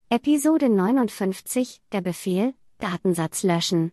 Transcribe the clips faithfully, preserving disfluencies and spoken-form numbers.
Episode neunundfünfzig, der Befehl, Datensatz löschen.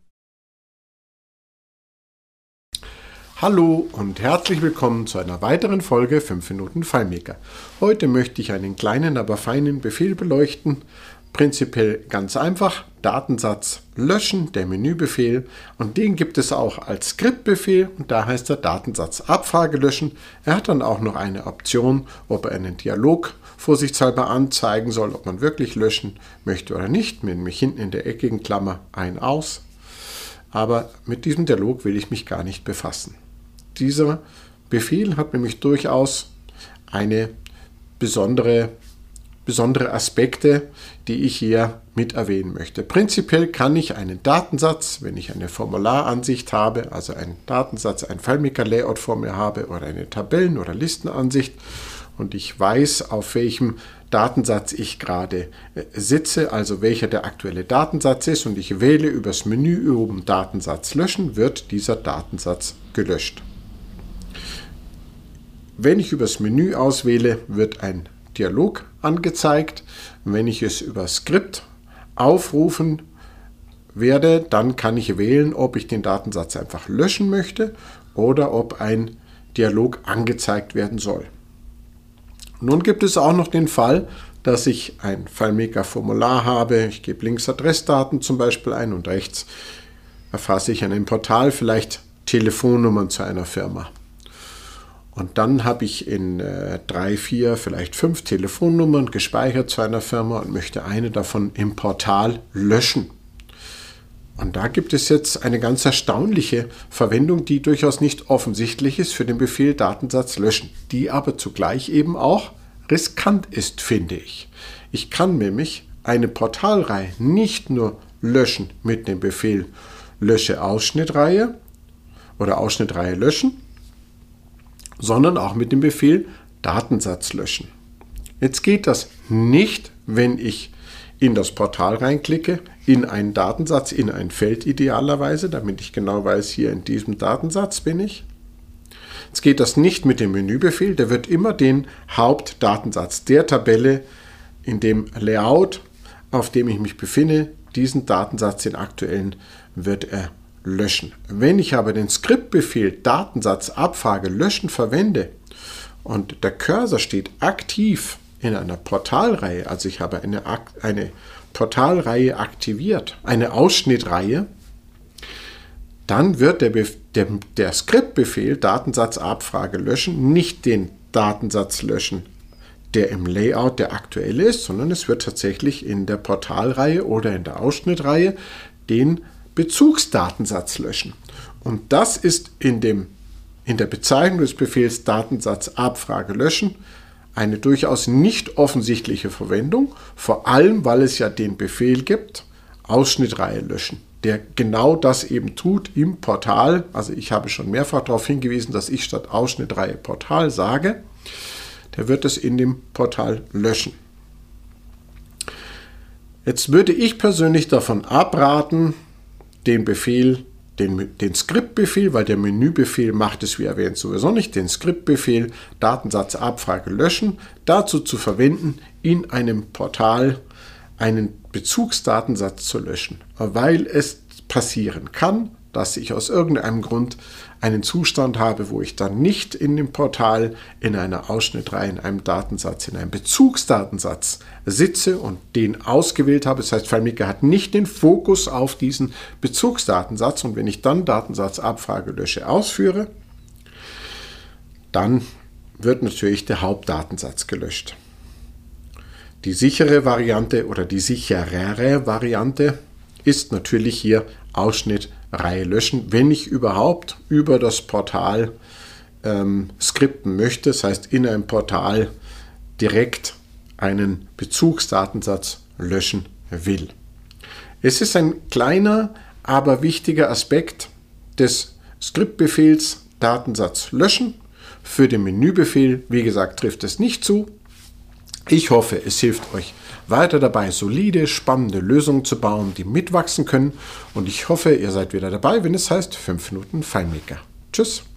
Hallo und herzlich willkommen zu einer weiteren Folge fünf Minuten FileMaker. Heute möchte ich einen kleinen, aber feinen Befehl beleuchten. Prinzipiell ganz einfach, Datensatz löschen, der Menübefehl, und den gibt es auch als Skriptbefehl und da heißt er Datensatz Abfrage löschen. Er hat dann auch noch eine Option, ob er einen Dialog vorsichtshalber anzeigen soll, ob man wirklich löschen möchte oder nicht, nämlich hinten in der eckigen Klammer ein aus. Aber mit diesem Dialog will ich mich gar nicht befassen. Dieser Befehl hat nämlich durchaus eine besondere besondere Aspekte, die ich hier mit erwähnen möchte. Prinzipiell kann ich einen Datensatz, wenn ich eine Formularansicht habe, also einen Datensatz, ein FileMaker-Layout vor mir habe oder eine Tabellen- oder Listenansicht und ich weiß, auf welchem Datensatz ich gerade sitze, also welcher der aktuelle Datensatz ist und ich wähle übers Menü oben Datensatz löschen, wird dieser Datensatz gelöscht. Wenn ich übers Menü auswähle, wird ein Dialog angezeigt. Wenn ich es über Skript aufrufen werde, dann kann ich wählen, ob ich den Datensatz einfach löschen möchte oder ob ein Dialog angezeigt werden soll. Nun gibt es auch noch den Fall, dass ich ein FileMaker-Formular habe. Ich gebe links Adressdaten zum Beispiel ein und rechts erfasse ich an einem Portal vielleicht Telefonnummern zu einer Firma. Und dann habe ich in äh, drei, vier, vielleicht fünf Telefonnummern gespeichert zu einer Firma und möchte eine davon im Portal löschen. Und da gibt es jetzt eine ganz erstaunliche Verwendung, die durchaus nicht offensichtlich ist für den Befehl Datensatz löschen, die aber zugleich eben auch riskant ist, finde ich. Ich kann nämlich eine Portalreihe nicht nur löschen mit dem Befehl lösche Ausschnittreihe oder Ausschnittreihe löschen, sondern auch mit dem Befehl Datensatz löschen. Jetzt geht das nicht, wenn ich in das Portal reinklicke, in einen Datensatz, in ein Feld idealerweise, damit ich genau weiß, hier in diesem Datensatz bin ich. Jetzt geht das nicht mit dem Menübefehl, der wird immer den Hauptdatensatz der Tabelle in dem Layout, auf dem ich mich befinde, diesen Datensatz, den aktuellen, wird er löschen. Wenn ich aber den Skriptbefehl Datensatz Abfrage löschen verwende und der Cursor steht aktiv in einer Portalreihe, also ich habe eine, eine Portalreihe aktiviert, eine Ausschnittreihe, dann wird der, der, der Skriptbefehl Datensatz Abfrage löschen nicht den Datensatz löschen, der im Layout der aktuelle ist, sondern es wird tatsächlich in der Portalreihe oder in der Ausschnittreihe den Bezugsdatensatz löschen. Und das ist in, dem, in der Bezeichnung des Befehls Datensatz Abfrage löschen eine durchaus nicht offensichtliche Verwendung, vor allem weil es ja den Befehl gibt, Ausschnittreihe löschen, der genau das eben tut im Portal. Also ich habe schon mehrfach darauf hingewiesen, dass ich statt Ausschnittreihe Portal sage, der wird es in dem Portal löschen. Jetzt würde ich persönlich davon abraten, den Befehl, den, den Skriptbefehl, weil der Menübefehl macht es wie erwähnt sowieso nicht, den Skriptbefehl Datensatz Abfrage löschen, dazu zu verwenden, in einem Portal einen Bezugsdatensatz zu löschen, weil es passieren kann, dass ich aus irgendeinem Grund einen Zustand habe, wo ich dann nicht in dem Portal in einer Ausschnittreihe, in einem Datensatz, in einem Bezugsdatensatz sitze und den ausgewählt habe. Das heißt, FileMaker hat nicht den Fokus auf diesen Bezugsdatensatz und wenn ich dann Datensatz Abfrage lösche ausführe, dann wird natürlich der Hauptdatensatz gelöscht. Die sichere Variante oder die sicherere Variante ist natürlich hier Ausschnittreihe löschen, wenn ich überhaupt über das Portal ähm, skripten möchte, das heißt in einem Portal direkt einen Bezugsdatensatz löschen will. Es ist ein kleiner, aber wichtiger Aspekt des Skriptbefehls Datensatz löschen. Für den Menübefehl, wie gesagt, trifft es nicht zu. Ich hoffe, es hilft euch weiter dabei, solide, spannende Lösungen zu bauen, die mitwachsen können. Und ich hoffe, ihr seid wieder dabei, wenn es heißt fünf Minuten FileMaker. Tschüss!